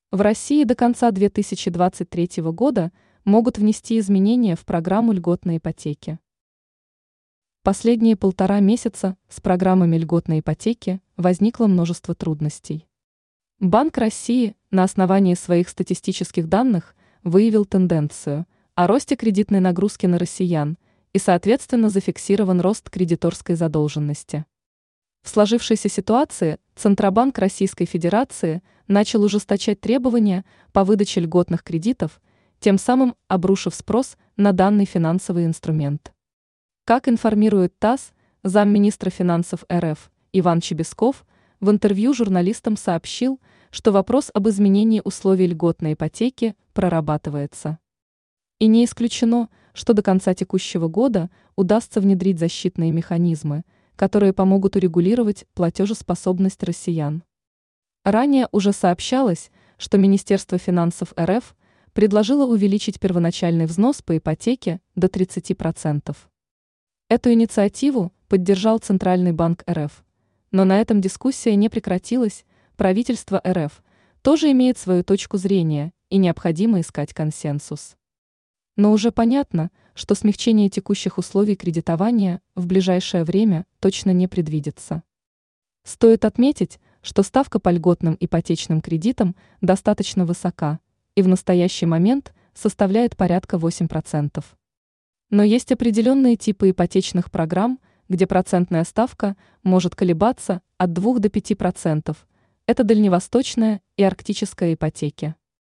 В России до конца 2023 года могут внести изменения в программу льготной ипотеки. Последние 1,5 месяца с программами льготной ипотеки возникло множество трудностей. Банк России на основании своих статистических данных выявил тенденцию о росте кредитной нагрузки на россиян и, соответственно, зафиксирован рост кредиторской задолженности. В сложившейся ситуации Центробанк Российской Федерации начал ужесточать требования по выдаче льготных кредитов, тем самым обрушив спрос на данный финансовый инструмент. Как информирует ТАСС, замминистра финансов РФ Иван Чебесков в интервью журналистам сообщил, что вопрос об изменении условий льготной ипотеки прорабатывается. И не исключено, что до конца текущего года удастся внедрить защитные механизмы, которые помогут урегулировать платежеспособность россиян. Ранее уже сообщалось, что Министерство финансов РФ предложило увеличить первоначальный взнос по ипотеке до 30%. Эту инициативу поддержал Центральный банк РФ. Но на этом дискуссия не прекратилась, правительство РФ тоже имеет свою точку зрения и необходимо искать консенсус. Но уже понятно, что смягчение текущих условий кредитования в ближайшее время точно не предвидится. Стоит отметить, что ставка по льготным ипотечным кредитам достаточно высока и в настоящий момент составляет порядка 8%. Но есть определенные типы ипотечных программ, где процентная ставка может колебаться от 2 до 5%. Это дальневосточная и арктическая ипотеки.